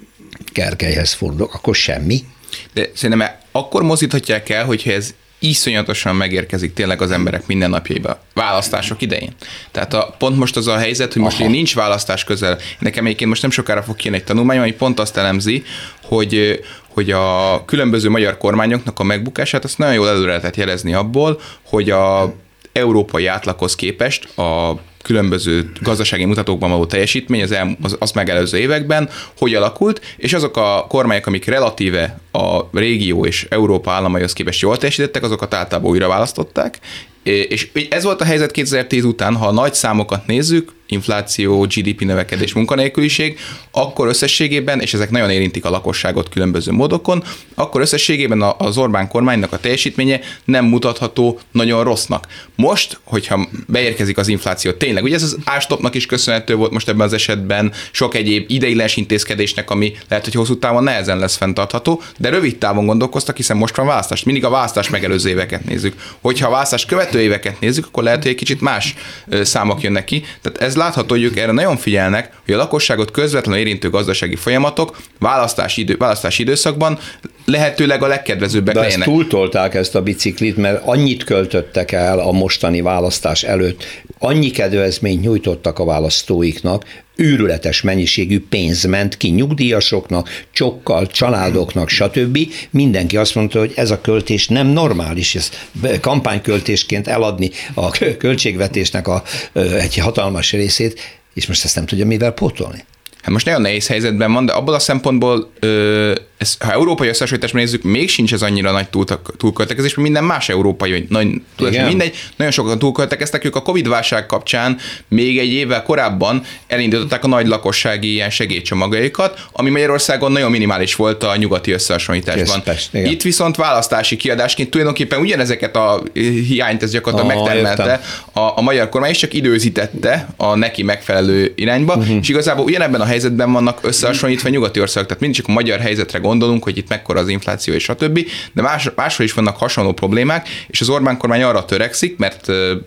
Gergelyhez fordulok, akkor semmi. De szerintem akkor mozdíthatják el, hogyha ez iszonyatosan megérkezik tényleg az emberek mindennapjaiba, választások idején. Tehát a, pont most az a helyzet, hogy most nincs választás közel. Nekem egyébként most nem sokára fog kijönni egy tanulmány, ami pont azt elemzi, hogy, hogy a különböző magyar kormányoknak a megbukását azt nagyon jól előre lehetett jelezni abból, hogy a európai átlaghoz képest a különböző gazdasági mutatókban való teljesítmény az, el, az azt megelőző években hogy alakult, és azok a kormányok, amik relatíve a régió és Európa államaihoz képest jól teljesítettek, azokat általában újra választották, és ez volt a helyzet kétezer-tíz után, ha a nagy számokat nézzük, infláció, gé dé pé növekedés, munkanélküliség, akkor összességében, és ezek nagyon érintik a lakosságot különböző módokon, akkor összességében az Orbán kormánynak a teljesítménye nem mutatható nagyon rossznak. Most, hogyha beérkezik az infláció, tényleg, ugye ez az ástopnak is köszönhető volt most ebben az esetben, sok egyéb ideiglenes intézkedésnek, ami lehet, hogy hosszú távon nehezen lesz fenntartható, de rövid távon gondolkoztak, hiszen most van választás. Mindig a választás megelőző éveket nézzük. Hogyha a választás követő éveket nézzük, akkor lehet, hogy egy kicsit más számok jönnek ki. Tehát ez látható, hogy ők erre nagyon figyelnek, hogy a lakosságot közvetlenül érintő gazdasági folyamatok választási, idő, választási időszakban lehetőleg a legkedvezőbbek de legyenek. De ezt túltolták ezt a biciklit, mert annyit költöttek el a mostani választás előtt, annyi kedvezményt nyújtottak a választóiknak, őrületes mennyiségű pénz ment ki nyugdíjasoknak, csokkal, családoknak, stb. Mindenki azt mondta, hogy ez a költés nem normális, ez kampányköltésként eladni a költségvetésnek a, egy hatalmas részét, és most ezt nem tudja mivel pótolni. Hát most nagyon nehéz helyzetben van, de abból a szempontból, ö, ez, ha európai összehasonlításban nézzük, még sincs ez annyira nagy túlköltekezés, mert minden más európai, vagy nagy, mindegy, nagyon sokan túlköltekeztek, ők a Covid-válság kapcsán még egy évvel korábban elindították a nagy lakossági ilyen segélycsomagjaikat, ami Magyarországon nagyon minimális volt a nyugati összehasonlításban. Pest, Itt viszont választási kiadásként tulajdonképpen ugyanezeket a hiányt ez gyakorlatilag ah, megtermelte a, a magyar kormány, és csak időzítette a neki megfelelő irányba, uh-huh. és igazából ugyanebben a helyzetben vannak összehasonlítva nyugati országok, tehát mindig csak a magyar helyzetre gondolunk, hogy itt mekkora az infláció és a többi, de más, máshol is vannak hasonló problémák, és az Orbán kormány arra törekszik, mert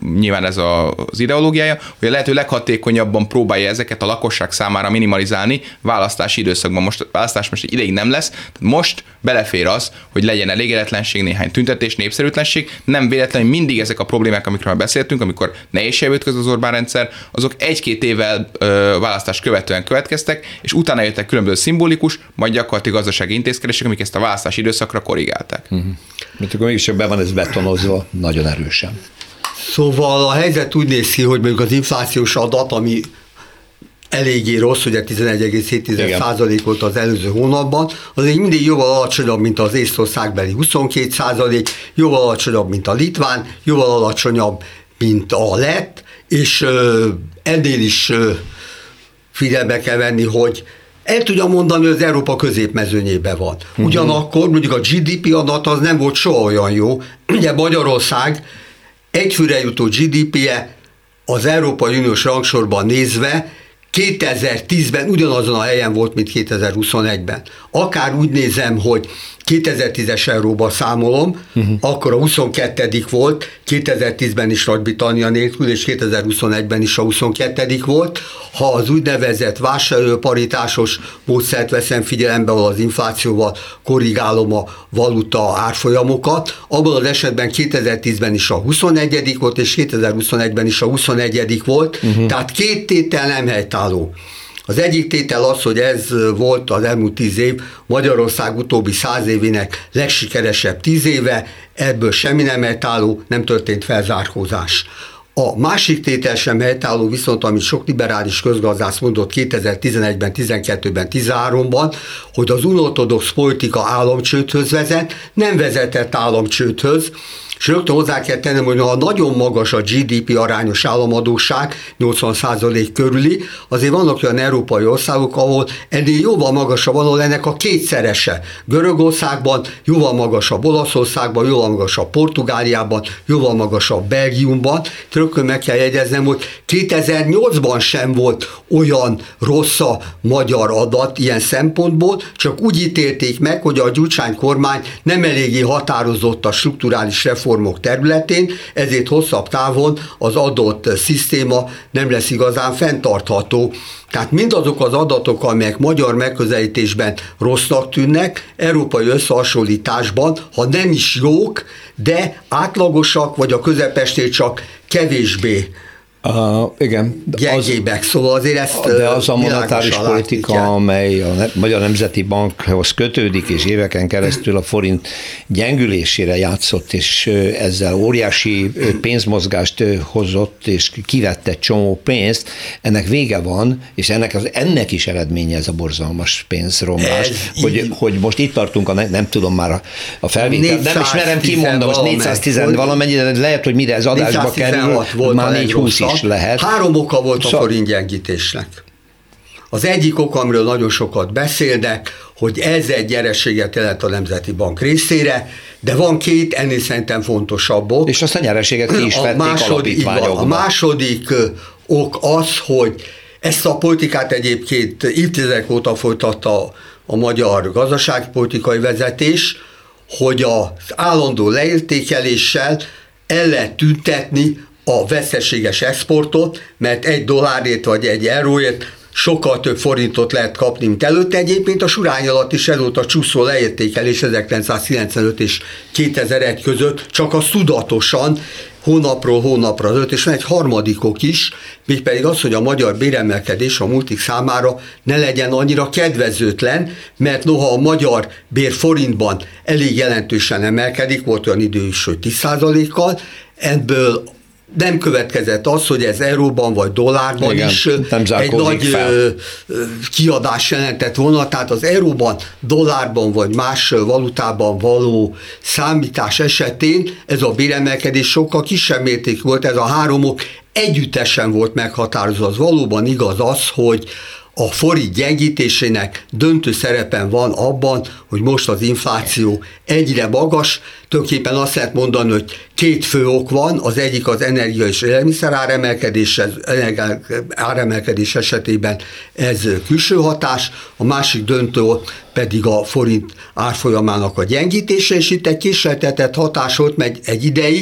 nyilván ez a, az ideológiája, hogy a lehető leghatékonyabban próbálja ezeket a lakosság számára minimalizálni választási időszakban. Most a választás most egy ideig nem lesz, tehát most belefér az, hogy legyen elégedetlenség, néhány tüntetés, népszerűtlenség. Nem véletlenül mindig ezek a problémák, amikről már beszéltünk, amikor nehézségbe ütköz az Orbán rendszer, azok egy-két évvel ö, választás követően következtek, és utána jöttek különböző szimbolikus, majd gyakorlatilag gazdasági intézkedések, amik ezt a választási időszakra korrigálták. Uh-huh. Mert akkor mégis be van ez betonozva nagyon erősen. Szóval a helyzet úgy néz ki, hogy mondjuk az inflációs adat, ami eléggé rossz, ugye tizenegy egész hét százalék volt az előző hónapban, az még mindig jóval alacsonyabb, mint az észtországbeli huszonkét százalék, jóval alacsonyabb, mint a litván, jóval alacsonyabb, mint a lett, és ö, ennél is ö, figyelme kell venni, hogy el tudja mondani, hogy az Európa középmezőnyében van. Ugyanakkor mondjuk a gé dé pé adat az nem volt soha olyan jó. Ugye Magyarország egyfőre jutó gé dé pé-je az Európai Uniós rangsorban nézve kétezer-tízben ugyanazon a helyen volt, mint kétezer-huszonegyben. Akár úgy nézem, hogy kétezer-tízes euróba számolom, uh-huh. akkor a huszonkettedik volt, kétezer-tízben is Nagy-Britannia nélkül, és kétezer-huszonegyben is a huszonkettedik volt. Ha az úgynevezett vásárlóparitásos módszert veszem figyelembe, ahol az inflációval korrigálom a valuta árfolyamokat, abban az esetben kétezer-tízben is a huszonegyedik volt, és kétezer-huszonegyben is a huszonegyedik volt, uh-huh. tehát két tétel nem helytálló. Az egyik tétel az, hogy ez volt az elmúlt tíz év Magyarország utóbbi száz évének legsikeresebb tíz éve, ebből semmi nem helytálló, nem történt felzárkózás. A másik tétel sem helytálló, viszont amit sok liberális közgazdász mondott kétezer-tizenegyben, tizenkettőben, tizenháromban, hogy az unortodox politika államcsődhöz vezet, nem vezetett államcsődhöz, és rögtön hozzá kell tennem, hogy ha nagyon magas a gé dé pé arányos államadósság, nyolcvan százalék körüli, azért vannak olyan európai országok, ahol ennél jóval magasabb van, ahol ennek a kétszerese. Görögországban, jóval magasabb Olaszországban, jóval magasabb Portugáliában, jóval magasabb Belgiumban. Rögtön meg kell jegyeznem, hogy kétezer-nyolcban sem volt olyan rossz a magyar adat ilyen szempontból, csak úgy ítélték meg, hogy a Gyurcsány kormány nem eléggé határozott a strukturális reformok területén, ezért hosszabb távon az adott szisztéma nem lesz igazán fenntartható. Tehát mindazok az adatok, amelyek magyar megközelítésben rossznak tűnnek, európai összehasonlításban, ha nem is jók, de átlagosak, vagy a közepesnél csak kevésbé Uh, igen. gyengébbek, szóval azért ezt de az a monetáris politika, látni, amely a Magyar Nemzeti Bankhoz kötődik, és éveken keresztül a forint gyengülésére játszott, és ezzel óriási pénzmozgást hozott, és kivette egy csomó pénzt, ennek vége van, és ennek, az, ennek is eredménye ez a borzalmas pénzromlás, hogy, hogy most itt tartunk, a, nem tudom már a, a felvétel, nem is merem kimondani, most négyszáztíz valamennyi, de lehet, hogy mire ez adásba kerül, már négyszázhúsz is lehet. Három oka volt a forint gyengítésnek. Az egyik oka, amiről nagyon sokat beszélnek, hogy ez egy nyereséget jelent a Nemzeti Bank részére, de van két, ennél szerintem fontosabb ok. És azt a nyereséget ki is vették alapítványokba. A második ok az, hogy ezt a politikát egyébként évtizedek óta folytatta a magyar gazdaságpolitikai vezetés, hogy az állandó leértékeléssel el lehet tüntetni a veszteséges exportot, mert egy dollárért vagy egy euróért sokkal több forintot lehet kapni, mint előtte. Egyébként a Surány alatt is ez volt a csúszó leértékelés ezerkilencszázkilencvenöt és kétezer-egy között, csak az tudatosan hónapról hónapra az öt, és van egy harmadikok is, mégpedig az, hogy a magyar béremelkedés a multik számára ne legyen annyira kedvezőtlen, mert noha a magyar bér forintban elég jelentősen emelkedik, volt olyan idő is, hogy tíz százalékkal, ebből nem következett az, hogy ez euróban vagy dollárban igen, is egy nagy fel. kiadás jelentett volna, tehát az euróban, dollárban vagy más valutában való számítás esetén ez a béremelkedés sokkal kisebb mértékű volt, ez a háromok együttesen volt meghatározva. Az valóban igaz az, hogy a forint gyengítésének döntő szerepen van abban, hogy most az infláció egyre magas, tulajdonképpen azt lehet mondani, hogy két fő ok van, az egyik az energia és élelmiszer áremelkedés, áremelkedés esetében ez külső hatás, a másik döntő pedig a forint árfolyamának a gyengítése, és itt egy késleltetett hatás volt meg egy ideig,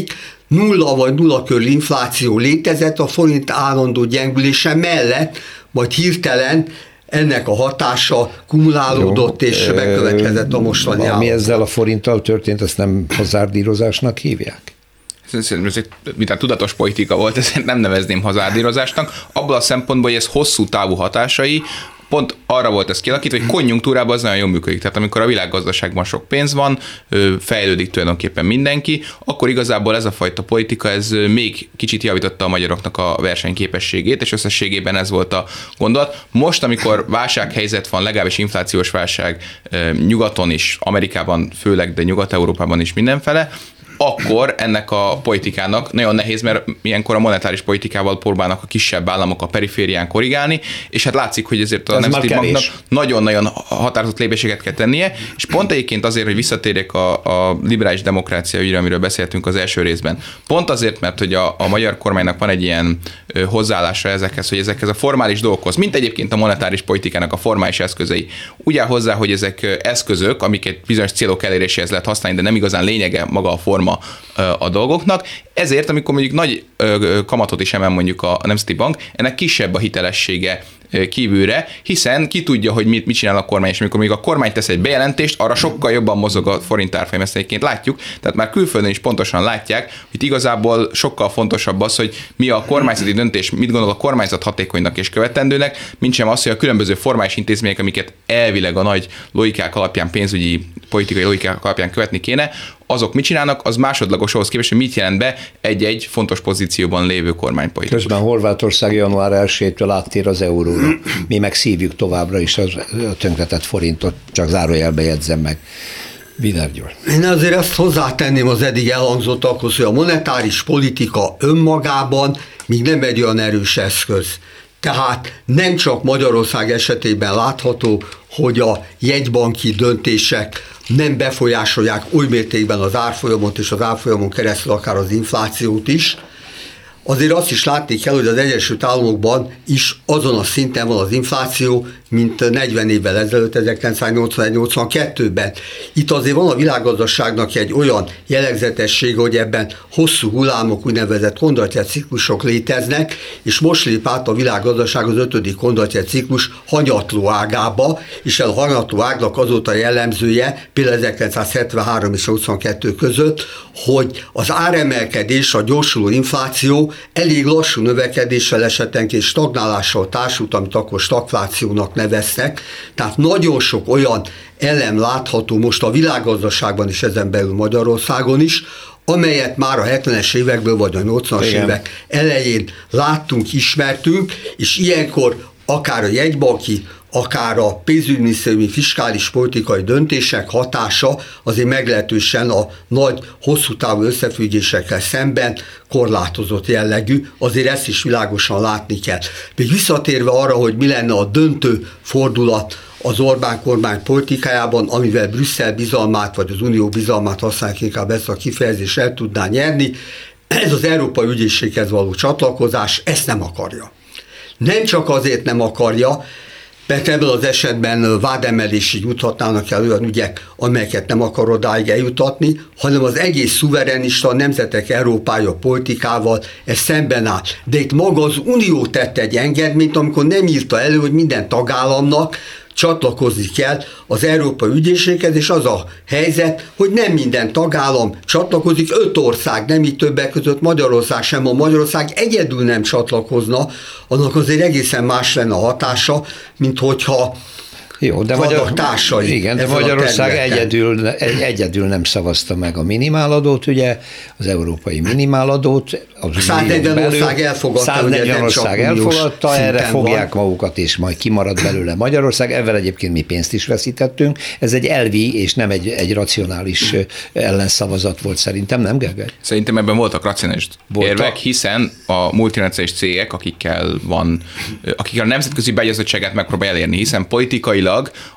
nulla vagy nulla körül infláció létezett a forint állandó gyengülése mellett, majd hirtelen ennek a hatása kumulálódott, jó, és bekövetkezett a mostani állapot. Ami ezzel a forinttal történt, ezt nem hazárdírozásnak hívják? Szerintem ez egy minden tudatos politika volt, ezért nem nevezném hazárdírozásnak. Abból a szempontból, hogy ez hosszú távú hatásai, pont arra volt ez kialakítva, hogy konjunktúrában az nagyon jól működik. Tehát amikor a világgazdaságban sok pénz van, fejlődik tulajdonképpen mindenki, akkor igazából ez a fajta politika, ez még kicsit javította a magyaroknak a versenyképességét, és összességében ez volt a gondolat. Most, amikor válsághelyzet van, legalábbis inflációs válság nyugaton is, Amerikában főleg, de Nyugat-Európában is mindenfele, akkor ennek a politikának nagyon nehéz, mert ilyenkor a monetáris politikával próbálnak a kisebb államok a periférián korrigálni, és hát látszik, hogy ezért a Ez Nemzeti Banknak nagyon-nagyon határozott lépéseket kell tennie, és pont egyébként azért, hogy visszatérjek a, a liberális demokrácia ügyre, amiről beszéltünk az első részben. Pont azért, mert hogy a, a magyar kormánynak van egy ilyen hozzáállása ezekhez, hogy ezekhez a formális dolgokhoz, mint egyébként a monetáris politikának a formális eszközei, úgy áll hozzá, hogy ezek eszközök, amiket bizonyos célok eléréséhez lehet használni, de nem igazán lényege maga a forma a dolgoknak. Ezért, amikor mondjuk nagy kamatot is emel mondjuk a Nemzeti Bank, ennek kisebb a hitelessége kívülre, hiszen ki tudja, hogy mit, mit csinál a kormány, és amikor még a kormány tesz egy bejelentést, arra sokkal jobban mozog a forint árfolyam, ezt egyébként látjuk, tehát már külföldön is pontosan látják, hogy igazából sokkal fontosabb az, hogy mi a kormányzati döntés, mit gondol a kormányzat hatékonynak és követendőnek, mint sem az, hogy a különböző formális intézmények, amiket elvileg a nagy logikák alapján, pénzügyi, politikai logikák alapján követni kéne, azok mit csinálnak, az másodlagos ahhoz képest, hogy mit jelent be egy-egy fontos pozícióban lévő kormánypolitikus. Közben Horvátország január elsejétől áttér az euróra. Mi meg szívjuk továbbra is a tönkretett forintot, csak zárójelbe jegyzem meg. Wiener György. Én azért ezt hozzátenném az eddig elhangzottakhoz, hogy a monetáris politika önmagában még nem egy olyan erős eszköz. Tehát nem csak Magyarország esetében látható, hogy a jegybanki döntések nem befolyásolják oly mértékben az árfolyamot, és az árfolyamon keresztül akár az inflációt is. Azért azt is látni kell, hogy az Egyesült Államokban is azon a szinten van az infláció, mint negyven évvel ezelőtt, ezerkilencszáznyolcvanegy nyolcvankettőben. Itt azért van a világgazdaságnak egy olyan jellegzetessége, hogy ebben hosszú hullámok, úgynevezett Kondratyev ciklusok léteznek, és most lép át a világgazdaság az ötödik Kondratyev ciklus hanyatló ágába, és a hanyatló ágnak azóta jellemzője, például ezerkilencszázhetvenhárom és nyolcvankettő között, hogy az áremelkedés, a gyorsuló infláció elég lassú növekedéssel, esetenként stagnálással társult, amit akkor stagflációnak neveztek. Tehát nagyon sok olyan elem látható most a világgazdaságban is, ezen belül Magyarországon is, amelyet már a hetvenes évekből vagy a nyolcvanas Igen. évek elején láttunk, ismertünk, és ilyenkor akár a jegybanki, akár a pénzügyminisztériumi fiskális politikai döntések hatása azért meglehetősen a nagy, hosszú távú összefüggésekkel szemben korlátozott jellegű, azért ezt is világosan látni kell. Még visszatérve arra, hogy mi lenne a döntő fordulat az Orbán kormány politikájában, amivel Brüsszel bizalmát, vagy az Unió bizalmát, használják inkább ezt a kifejezést, el tudná nyerni, ez az Európai Ügyészséghez való csatlakozás ezt nem akarja. Nem csak azért nem akarja, mert ebben az esetben vádemelésig juthatnának el olyan ügyek, amelyeket nem akar odáig eljutatni, hanem az egész szuverenista nemzetek Európája politikával ez szemben áll. De itt maga az Unió tett egy engedményt, amikor nem írta elő, hogy minden tagállamnak csatlakozni kell az Európai Ügyészséghez, és az a helyzet, hogy nem minden tagállam csatlakozik, öt ország, nem így többek között Magyarország sem, a Magyarország egyedül nem csatlakozna, annak azért egészen más lenne a hatása, mint hogyha Jó, de vannak Magyar... társai. Igen, de Magyarország egyedül, egyedül nem szavazta meg a minimáladót, ugye, az európai minimáladót. száznegyven ország elfogadta, száznegyven ország elfogadta, erre fogják van. magukat, és majd kimarad belőle Magyarország. Ezzel egyébként mi pénzt is veszítettünk. Ez egy elvi, és nem egy, egy racionális ellenszavazat volt szerintem, nem Gergely? Szerintem ebben voltak racionális érvek, hiszen a multinacionális cégek, akikkel van, akikkel a nemzetközi beágyazottságát megpróbál elérni, hiszen politikailag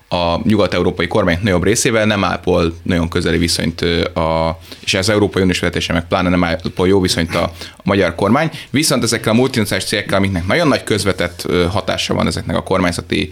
a nyugat-európai kormány nagyobb részével nem ápol nagyon közeli viszonyt, a, és az Európai Uniós vezetése meg pláne nem ápol jó viszonyt a, a magyar kormány, viszont ezekkel a multinacionális cégekkel, amiknek nagyon nagy közvetett hatása van ezeknek a kormányzati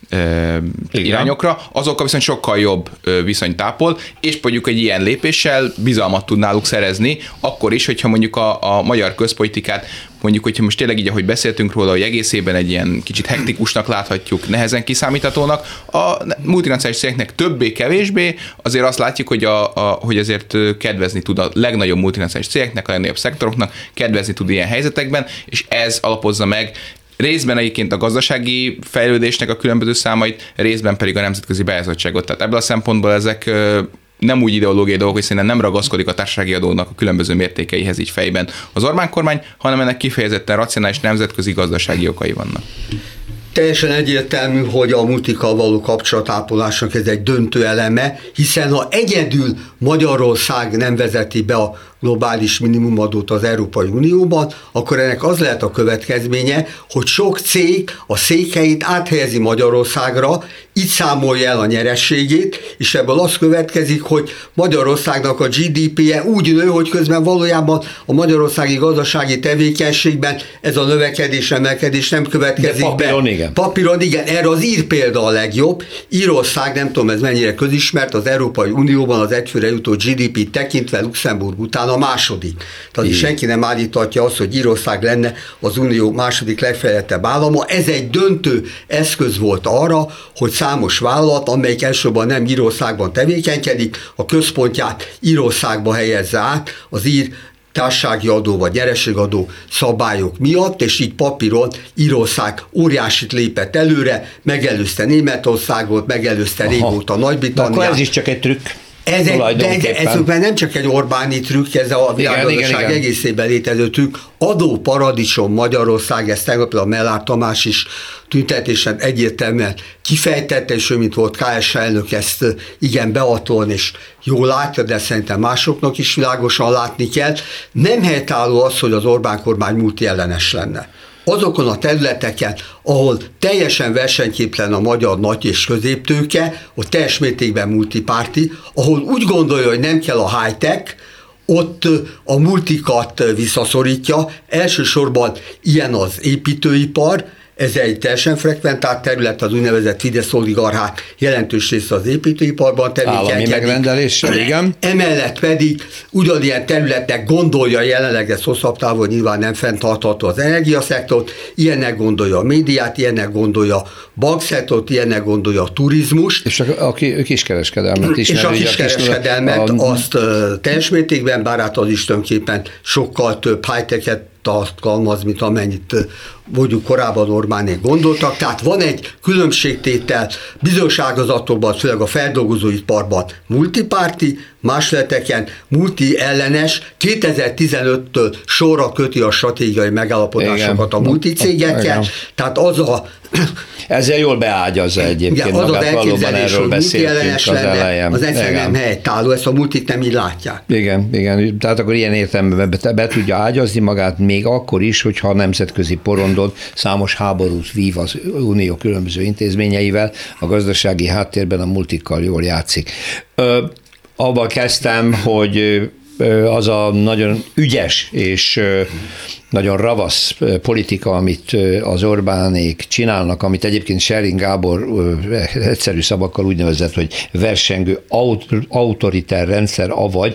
irányokra, azokkal viszont sokkal jobb viszonyt tápol, és mondjuk egy ilyen lépéssel bizalmat tud náluk szerezni, akkor is, hogyha mondjuk a, a magyar közpolitikát, mondjuk, hogyha most tényleg így, ahogy beszéltünk róla, hogy egészében egy ilyen kicsit hektikusnak láthatjuk, nehezen kiszámíthatónak, a multinacionális cégeknek többé-kevésbé, azért azt látjuk, hogy, a, a, hogy azért kedvezni tud a legnagyobb multinacionális cégeknek, a legnagyobb szektoroknak, kedvezni tud ilyen helyzetekben, és ez alapozza meg részben egyébként a gazdasági fejlődésnek a különböző számait, részben pedig a nemzetközi beállítottságot. Tehát ebből a szempontból ezek nem úgy ideológiai dolgok, hogy szerintem nem ragaszkodik a társasági adónak a különböző mértékeihez így fejben az Orbán kormány, hanem ennek kifejezetten racionális nemzetközi gazdasági okai vannak. Teljesen egyértelmű, hogy a multikkal való kapcsolatápolásnak ez egy döntő eleme, hiszen ha egyedül Magyarország nem vezeti be a globális minimumadót az Európai Unióban, akkor ennek az lehet a következménye, hogy sok cég a székhelyét áthelyezi Magyarországra, így számolja el a nyerességét, és ebből az következik, hogy Magyarországnak a gé dé pé-je úgy nő, hogy közben valójában a magyarországi gazdasági tevékenységben ez a növekedés, emelkedés nem következik De papíron be. Igen. Papíron igen, erre az ír példa a legjobb. Írország, nem tudom ez mennyire közismert, az Európai Unióban az egyfőre jutó gé dé pé tekintve Luxemburg után a második. Tehát senki nem állíthatja azt, hogy Írország lenne az Unió második legfejlettebb állama. Ez egy döntő eszköz volt arra, hogy számos vállalat, amelyik elsősorban nem Írországban tevékenykedik, a központját Írországba helyezze át az ír társasági adó vagy nyereségadó szabályok miatt, és így papíron Írország óriásit lépett előre, megelőzte Németországot, megelőzte Aha. régóta Nagy-Britanniát. Akkor ez is csak egy trükk. Ez, egy, de ez, ez már nem csak egy Orbáni trükk, ez a világgazdaság egészében létező trükk. Adó paradicsom Magyarország, ezt tegnap a Mellár Tamás is tüntetésen egyértelműen kifejtette, és ő, mint volt ká es há elnök, ezt igen beaton, és jól látja, de szerintem másoknak is világosan látni kell. Nem helytálló az, hogy az Orbán kormány multiellenes lenne. Azokon a területeken, ahol teljesen versenyképtelen a magyar nagy és középtőke, ott teljes mértékben multipárti, ahol úgy gondolja, hogy nem kell a high-tech, ott a multikat visszaszorítja, elsősorban ilyen az építőipar, ez egy teljesen frekventált terület, az úgynevezett Fidesz oligarchák jelentős része az építőiparban tevékenykedik. Állami megrendeléssel, igen. Emellett pedig ugyanilyen területnek gondolja jelenleg, ez hosszabb távon nyilván nem fenntartható az energiaszektort, ilyennek gondolja a médiát, ilyennek gondolja a bankszektort, ilyennek gondolja a turizmust. És a, a kiskereskedelmet is. És a kiskereskedelmet a... azt uh, teljes mértékben, bár hát az is tulajdonképpen sokkal több high-tech-et tartalmaz, mint amennyit mondjuk korábban Orbánék gondoltak. Tehát van egy különbségtétel bizonyos ágazatokban, főleg a feldolgozóiparban multipárti, más területeken multi ellenes, kétezer-tizenöttől sorra köti a stratégiai megállapodásokat igen. a multicégekkel. Tehát az a... Ezzel jól beágyazza egyébként igen, az magát, az valóban erről beszéltünk az lenne, elején. Az egyszerűen nem helytálló, ezt a multik nem így látják. Igen, igen, tehát akkor ilyen értelemben be, be tudja ágyazni magát még akkor is, hogyha a nemzetközi porondon számos háborút vív az Unió különböző intézményeivel, a gazdasági háttérben a multikkal jól játszik. Ö, abban kezdtem, hogy az a nagyon ügyes és nagyon ravasz politika, amit az Orbánék csinálnak, amit egyébként Schering Gábor egyszerű szavakkal úgy nevezett, hogy versengő autoriter rendszer, avagy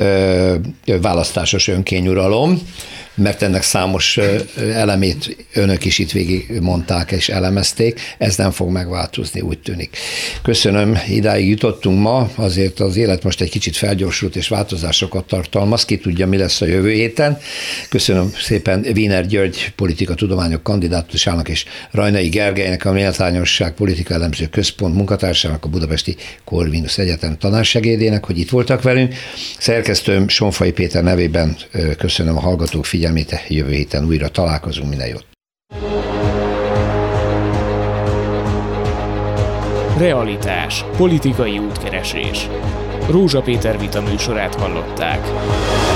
választásos önkényuralom, mert ennek számos elemét önök is itt végig mondták és elemezték, ez nem fog megváltozni, úgy tűnik. Köszönöm, idáig jutottunk ma, azért az élet most egy kicsit felgyorsult és változásokat tartalmaz, ki tudja, mi lesz a jövő héten. Köszönöm szépen Wiener György politikatudományok kandidátusának és Rajnai Gergelynek, a Méltányosság Politika Elemző Központ munkatársának, a Budapesti Corvinus Egyetem tanársegédének, hogy itt voltak velünk. Szerkesztőm Sonfai Péter nevében köszönöm a hallgatók figyelmét. Jövő héten újra találkozunk, minden jót. Realitás. Politikai útkeresés. Rózsa Péter vita műsorát hallották.